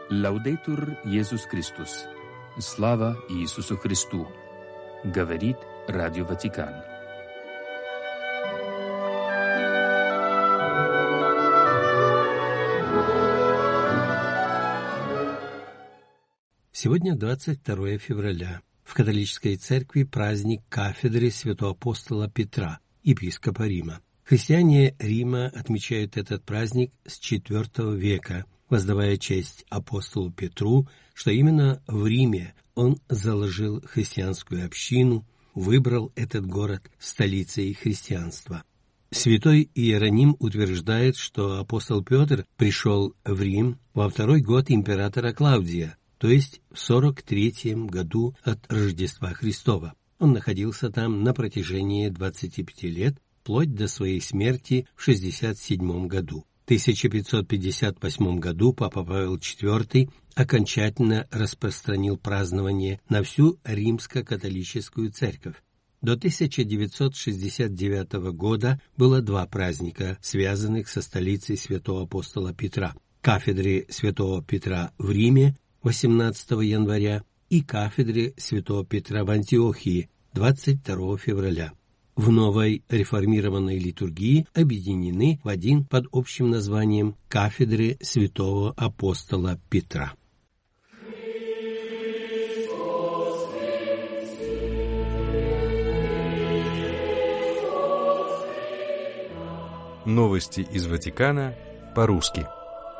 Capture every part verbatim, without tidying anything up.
Лаудейтур Иисус Христос. Слава Иисусу Христу. Говорит Радио Ватикан. Сегодня двадцать второе февраля. В католической церкви праздник кафедры святого апостола Петра, епископа Рима. Христиане Рима отмечают этот праздник с четвёртого века, воздавая честь апостолу Петру, что именно в Риме он заложил христианскую общину, выбрал этот город столицей христианства. Святой Иероним утверждает, что апостол Петр пришел в Рим во второй год императора Клавдия, то есть в сорок третьем году от Рождества Христова. Он находился там на протяжении двадцати пяти лет, вплоть до своей смерти в шестьдесят седьмом году. В тысяча пятьсот пятьдесят восьмом году Папа Павел четвёртый окончательно распространил празднование на всю римско-католическую церковь. До тысяча девятьсот шестьдесят девятого года было два праздника, связанных со столицей святого апостола Петра: кафедры святого Петра в Риме восемнадцатого января и кафедры святого Петра в Антиохии двадцать второго февраля. В новой реформированной литургии объединены в один под общим названием кафедры святого апостола Петра. Новости из Ватикана по-русски.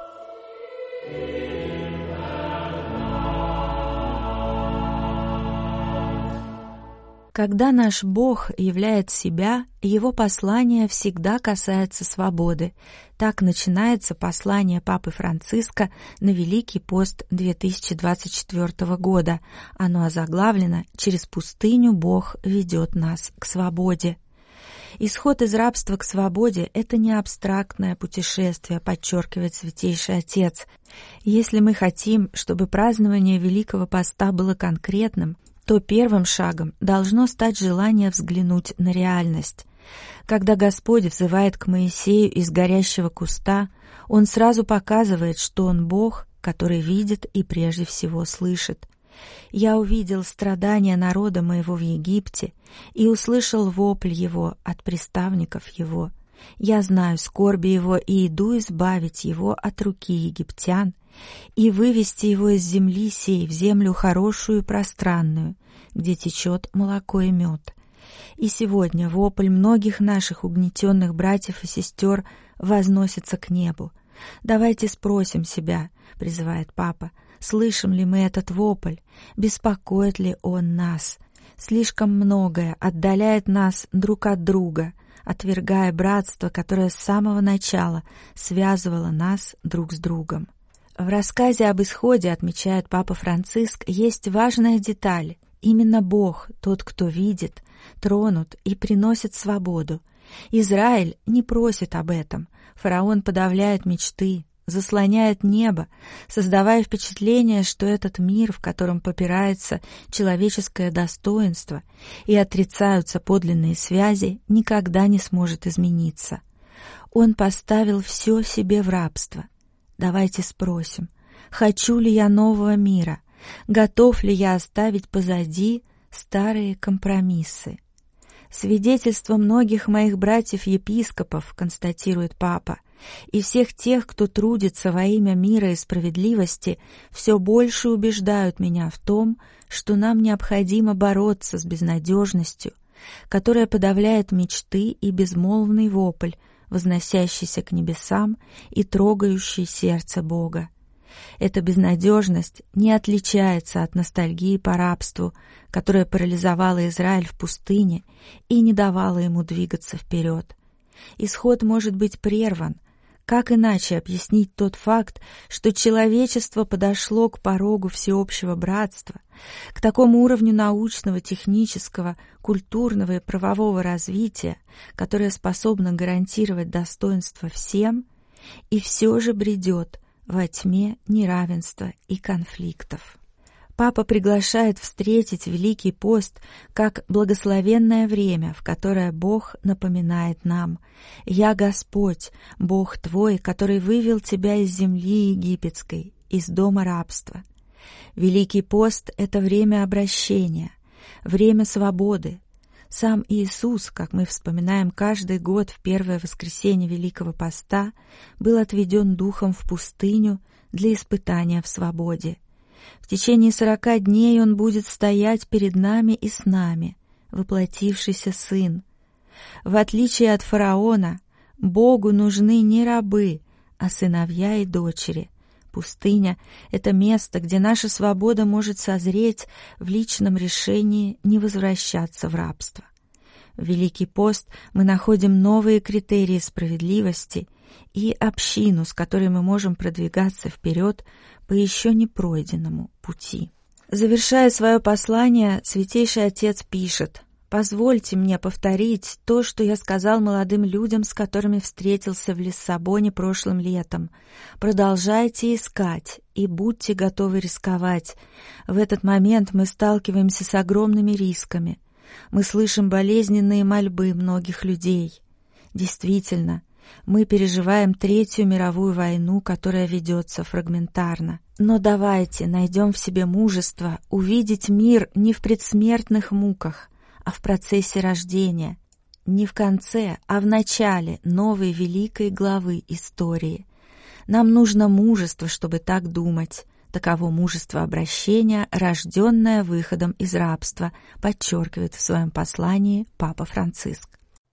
Когда наш Бог являет себя, Его послание всегда касается свободы. Так начинается послание Папы Франциска на Великий пост две тысячи двадцать четвёртого года. Оно озаглавлено «Через пустыню Бог ведет нас к свободе». Исход из рабства к свободе – это не абстрактное путешествие, подчеркивает Святейший Отец. Если мы хотим, чтобы празднование Великого Поста было конкретным, то первым шагом должно стать желание взглянуть на реальность. Когда Господь взывает к Моисею из горящего куста, Он сразу показывает, что Он Бог, который видит и прежде всего слышит. «Я увидел страдания народа моего в Египте и услышал вопль его от приставников его. Я знаю скорби его и иду избавить его от руки египтян и вывести его из земли сей в землю хорошую и пространную, где течет молоко и мед». И сегодня вопль многих наших угнетенных братьев и сестер возносится к небу. «Давайте спросим себя», — призывает Папа, «слышим ли мы этот вопль, беспокоит ли он нас? Слишком многое отдаляет нас друг от друга, отвергая братство, которое с самого начала связывало нас друг с другом». В рассказе об исходе, отмечает Папа Франциск, есть важная деталь. Именно Бог, тот, кто видит, тронут и приносит свободу. Израиль не просит об этом. Фараон подавляет мечты, заслоняет небо, создавая впечатление, что этот мир, в котором попирается человеческое достоинство и отрицаются подлинные связи, никогда не сможет измениться. Он поставил все себе в рабство. Давайте спросим, хочу ли я нового мира, готов ли я оставить позади старые компромиссы? Свидетельство многих моих братьев-епископов, констатирует Папа, и всех тех, кто трудится во имя мира и справедливости, все больше убеждают меня в том, что нам необходимо бороться с безнадежностью, которая подавляет мечты и безмолвный вопль, возносящийся к небесам и трогающий сердце Бога. Эта безнадежность не отличается от ностальгии по рабству, которая парализовала Израиль в пустыне и не давала ему двигаться вперед. Исход может быть прерван. Как иначе объяснить тот факт, что человечество подошло к порогу всеобщего братства, к такому уровню научного, технического, культурного и правового развития, которое способно гарантировать достоинство всем, и все же бредет во тьме неравенства и конфликтов? Папа приглашает встретить Великий пост как благословенное время, в которое Бог напоминает нам: «Я Господь, Бог твой, который вывел тебя из земли египетской, из дома рабства. Великий пост — это время обращения, время свободы. Сам Иисус, как мы вспоминаем каждый год в первое воскресенье Великого Поста, был отведен Духом в пустыню для испытания в свободе. В течение сорока дней Он будет стоять перед нами и с нами, воплотившийся Сын. В отличие от фараона, Богу нужны не рабы, а сыновья и дочери. Пустыня — это место, где наша свобода может созреть в личном решении не возвращаться в рабство. В Великий пост мы находим новые критерии справедливости и общину, с которой мы можем продвигаться вперед по еще не пройденному пути. Завершая свое послание, Святейший Отец пишет: «Позвольте мне повторить то, что я сказал молодым людям, с которыми встретился в Лиссабоне прошлым летом. Продолжайте искать и будьте готовы рисковать. В этот момент мы сталкиваемся с огромными рисками. Мы слышим болезненные мольбы многих людей. Действительно, мы переживаем Третью мировую войну, которая ведется фрагментарно. Но давайте найдем в себе мужество увидеть мир не в предсмертных муках, а в процессе рождения, не в конце, а в начале новой великой главы истории. Нам нужно мужество, чтобы так думать. Таково мужество обращения, рожденное выходом из рабства, подчеркивает в своем послании Папа Франциск.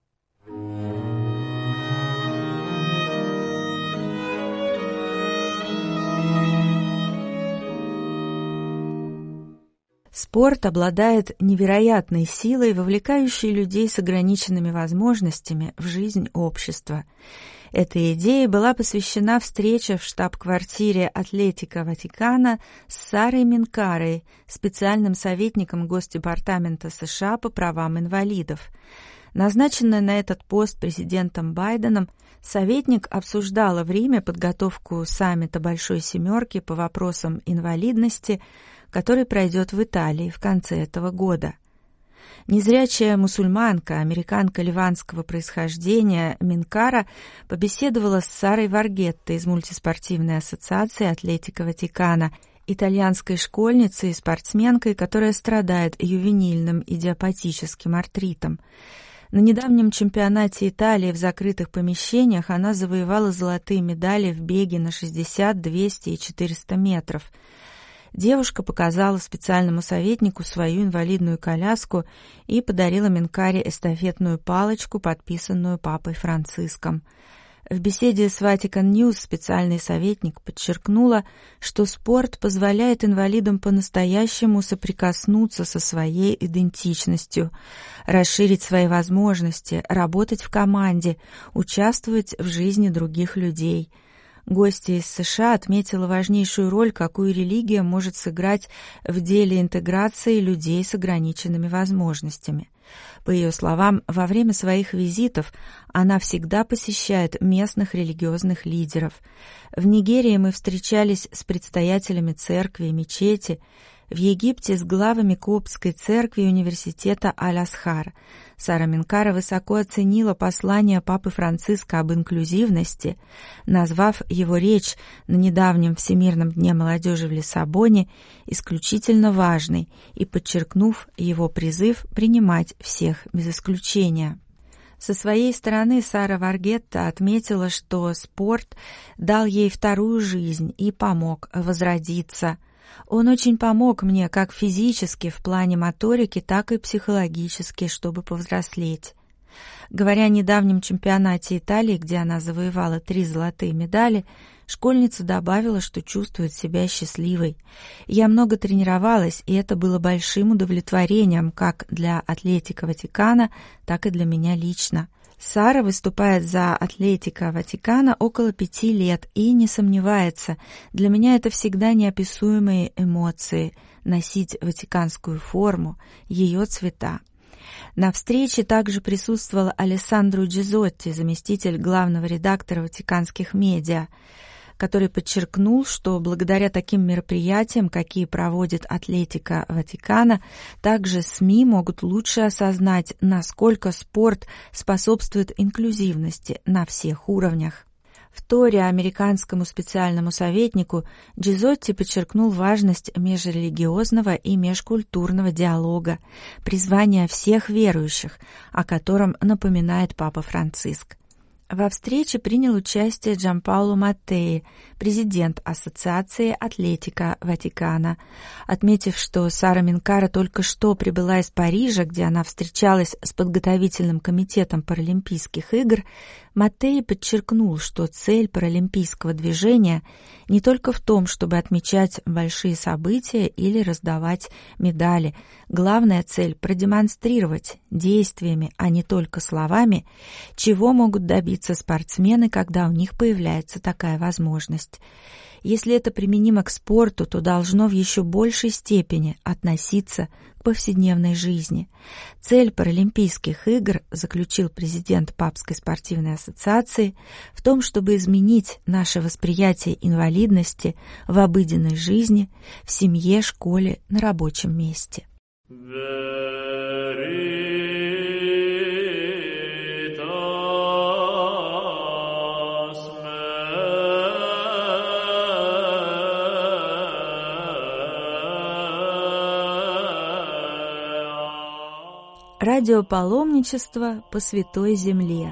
Спорт обладает невероятной силой, вовлекающей людей с ограниченными возможностями в жизнь общества. Этой идее была посвящена встреча в штаб-квартире Атлетико Ватикана с Сарой Минкарой, специальным советником Госдепартамента США по правам инвалидов. Назначенная на этот пост президентом Байденом, советник обсуждала в Риме подготовку саммита Большой Семерки по вопросам инвалидности, который пройдет в Италии в конце этого года. Незрячая мусульманка, американка ливанского происхождения Минкара побеседовала с Сарой Варгетто из мультиспортивной ассоциации Атлетико Ватикана, итальянской школьницей и спортсменкой, которая страдает ювенильным идиопатическим артритом. На недавнем чемпионате Италии в закрытых помещениях она завоевала золотые медали в беге на шестьдесят, двести и четыреста метров. Девушка показала специальному советнику свою инвалидную коляску и подарила Минкаре эстафетную палочку, подписанную Папой Франциском. В беседе с Vatican News специальный советник подчеркнула, что спорт позволяет инвалидам по-настоящему соприкоснуться со своей идентичностью, расширить свои возможности, работать в команде, участвовать в жизни других людей. Гостья из США отметила важнейшую роль, какую религия может сыграть в деле интеграции людей с ограниченными возможностями. По ее словам, во время своих визитов она всегда посещает местных религиозных лидеров. В Нигерии мы встречались с предстоятелями церкви и мечети, в Египте с главами Коптской церкви и университета Аль-Асхар. Сара Минкара высоко оценила послание Папы Франциска об инклюзивности, назвав его речь на недавнем Всемирном дне молодежи в Лиссабоне исключительно важной и подчеркнув его призыв принимать всех без исключения. Со своей стороны Сара Варгетто отметила, что спорт дал ей вторую жизнь и помог возродиться. Он очень помог мне как физически в плане моторики, так и психологически, чтобы повзрослеть. Говоря о недавнем чемпионате Италии, где она завоевала три золотые медали, школьница добавила, что чувствует себя счастливой. «Я много тренировалась, и это было большим удовлетворением как для Атлетико Ватикана, так и для меня лично». Сара выступает за Атлетико Ватикана около пяти лет и не сомневается, для меня это всегда неописуемые эмоции – носить ватиканскую форму, ее цвета. На встрече также присутствовал Алессандро Джизотти, заместитель главного редактора ватиканских медиа, который подчеркнул, что благодаря таким мероприятиям, какие проводит Атлетико Ватикана, также СМИ могут лучше осознать, насколько спорт способствует инклюзивности на всех уровнях. В Торе американскому специальному советнику Джизотти подчеркнул важность межрелигиозного и межкультурного диалога, призвания всех верующих, о котором напоминает Папа Франциск. Во встрече принял участие Джанпаоло Маттеи, президент Ассоциации Атлетика Ватикана. Отметив, что Сара Минкара только что прибыла из Парижа, где она встречалась с подготовительным комитетом Паралимпийских игр, Маттеи подчеркнул, что цель паралимпийского движения не только в том, чтобы отмечать большие события или раздавать медали. Главная цель – продемонстрировать действиями, а не только словами, чего могут добиться спортсмены, когда у них появляется такая возможность. Если это применимо к спорту, то должно в еще большей степени относиться к повседневной жизни. Цель Паралимпийских игр, заключил президент Папской спортивной ассоциации, в том, чтобы изменить наше восприятие инвалидности в обыденной жизни, в семье, школе, на рабочем месте. Радиопаломничество по Святой Земле.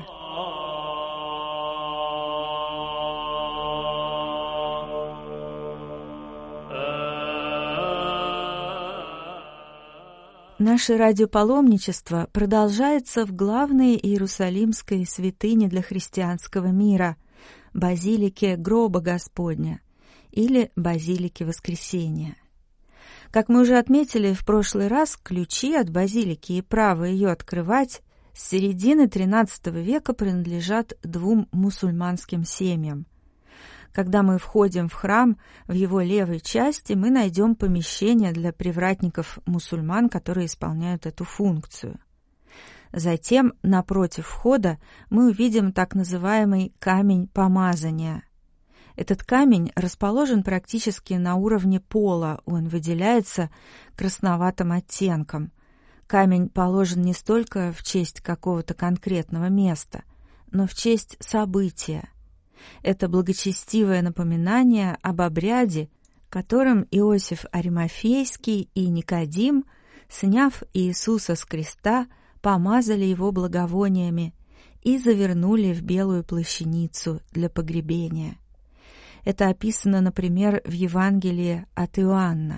Наше радиопаломничество продолжается в главной иерусалимской святыне для христианского мира – базилике Гроба Господня или базилике Воскресения. Как мы уже отметили в прошлый раз, ключи от базилики и право ее открывать с середины тринадцатого века принадлежат двум мусульманским семьям. Когда мы входим в храм, в его левой части мы найдем помещение для привратников-мусульман, которые исполняют эту функцию. Затем, напротив входа, мы увидим так называемый камень помазания. Этот камень расположен практически на уровне пола, он выделяется красноватым оттенком. Камень положен не столько в честь какого-то конкретного места, но в честь события. Это благочестивое напоминание об обряде, которым Иосиф Аримафейский и Никодим, сняв Иисуса с креста, помазали его благовониями и завернули в белую плащаницу для погребения. Это описано, например, в Евангелии от Иоанна.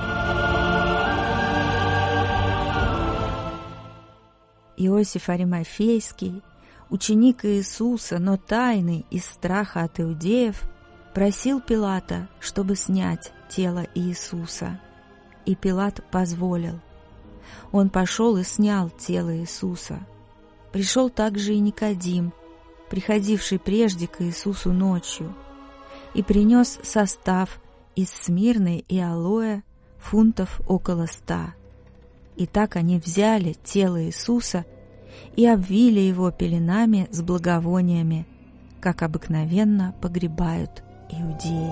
Иосиф Аримафейский, ученик Иисуса, но тайный из страха от иудеев, просил Пилата, чтобы снять тело Иисуса. И Пилат позволил. Он пошел и снял тело Иисуса. Пришел также и Никодим, приходивший прежде к Иисусу ночью, и принес состав из смирны и алоэ, фунтов около ста. И так они взяли тело Иисуса и обвили его пеленами с благовониями, как обыкновенно погребают иудеи.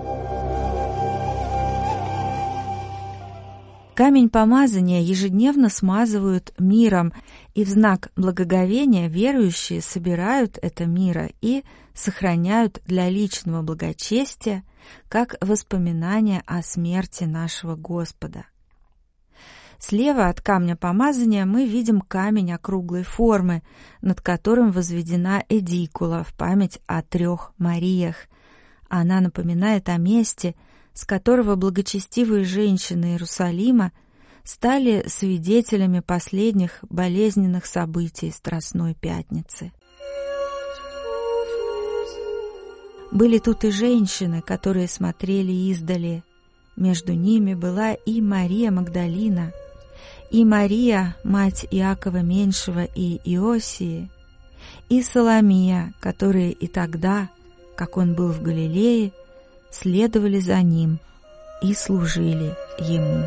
Камень помазания ежедневно смазывают миром, и в знак благоговения верующие собирают это миро и сохраняют для личного благочестия, как воспоминание о смерти нашего Господа. Слева от камня помазания мы видим камень округлой формы, над которым возведена эдикула в память о трех Мариях. Она напоминает о месте, с которого благочестивые женщины Иерусалима стали свидетелями последних болезненных событий Страстной Пятницы. Были тут и женщины, которые смотрели издали. Между ними была и Мария Магдалина, и Мария, мать Иакова Меньшего и Иосии, и Соломия, которые и тогда, как он был в Галилее, следовали за ним и служили ему.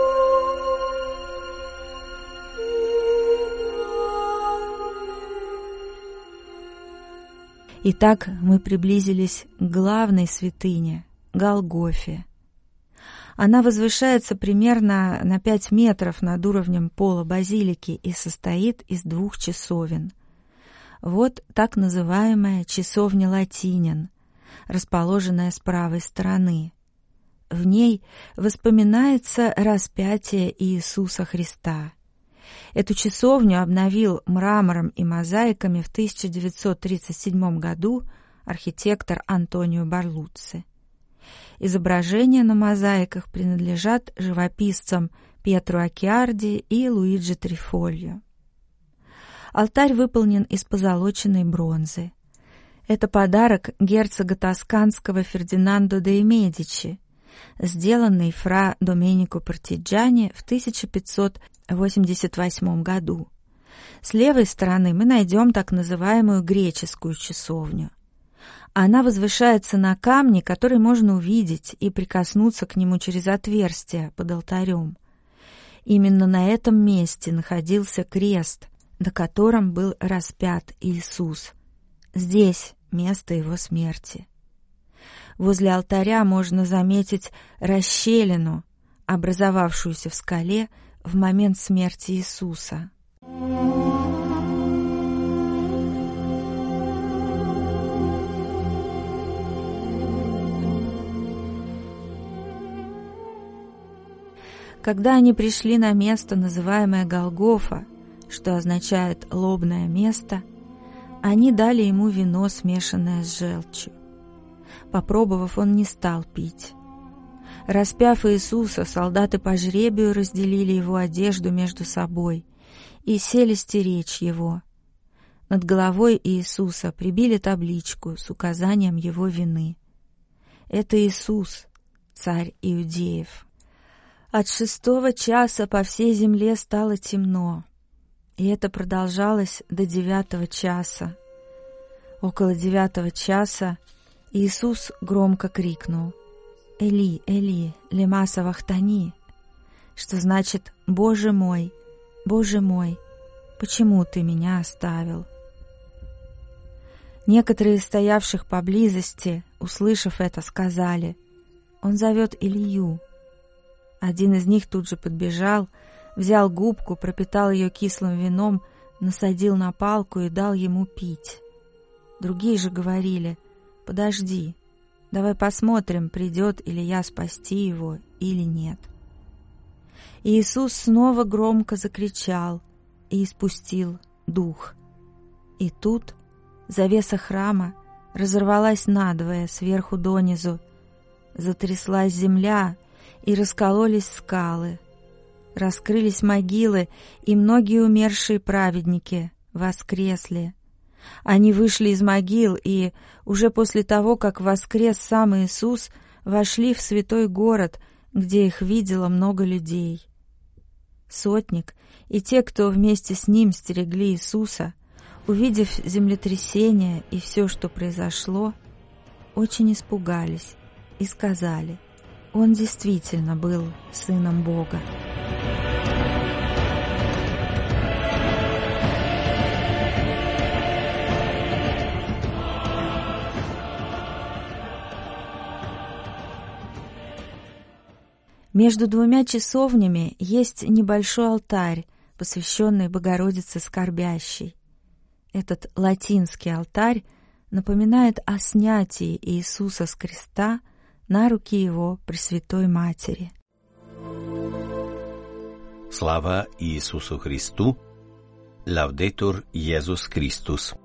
Итак, мы приблизились к главной святыне – Голгофе. Она возвышается примерно на пять метров над уровнем пола базилики и состоит из двух часовен. Вот так называемая часовня Латинин, расположенная с правой стороны. В ней воспоминается распятие Иисуса Христа. Эту часовню обновил мрамором и мозаиками в тысяча девятьсот тридцать седьмом году архитектор Антонио Барлуцци. Изображения на мозаиках принадлежат живописцам Пьетро Аккиарди и Луиджи Трифольо. Алтарь выполнен из позолоченной бронзы. Это подарок герцога тосканского Фердинандо де Медичи, сделанный фра Доменико Партиджани в тысяча пятьсот восемьдесят восьмом году. С левой стороны мы найдем так называемую греческую часовню. Она возвышается на камне, который можно увидеть и прикоснуться к нему через отверстие под алтарем. Именно на этом месте находился крест, на котором был распят Иисус. Здесь место его смерти. Возле алтаря можно заметить расщелину, образовавшуюся в скале в момент смерти Иисуса. Когда они пришли на место, называемое Голгофа, что означает «лобное место», они дали ему вино, смешанное с желчью. Попробовав, он не стал пить. Распяв Иисуса, солдаты по жребию разделили его одежду между собой и сели стеречь его. Над головой Иисуса прибили табличку с указанием его вины. Это Иисус, царь иудеев. От шестого часа по всей земле стало темно, и это продолжалось до девятого часа. Около девятого часа Иисус громко крикнул: «Эли, Эли, лема савахтани», что значит: «Боже мой, Боже мой, почему ты меня оставил?» Некоторые из стоявших поблизости, услышав это, сказали: «Он зовет Илью». Один из них тут же подбежал, взял губку, пропитал ее кислым вином, насадил на палку и дал ему пить. Другие же говорили: «Подожди, давай посмотрим, придет Илия спасти его или нет». И Иисус снова громко закричал и испустил дух. И тут завеса храма разорвалась надвое сверху донизу, затряслась земля и раскололись скалы, раскрылись могилы, и многие умершие праведники воскресли. Они вышли из могил и, уже после того, как воскрес сам Иисус, вошли в святой город, где их видело много людей. Сотник и те, кто вместе с ним стерегли Иисуса, увидев землетрясение и все, что произошло, очень испугались и сказали: «Он действительно был Сыном Бога». Между двумя часовнями есть небольшой алтарь, посвященный Богородице Скорбящей. Этот латинский алтарь напоминает о снятии Иисуса с креста на руки его Пресвятой Матери. Слава Иисусу Христу! Лаудетур Иисус Христос!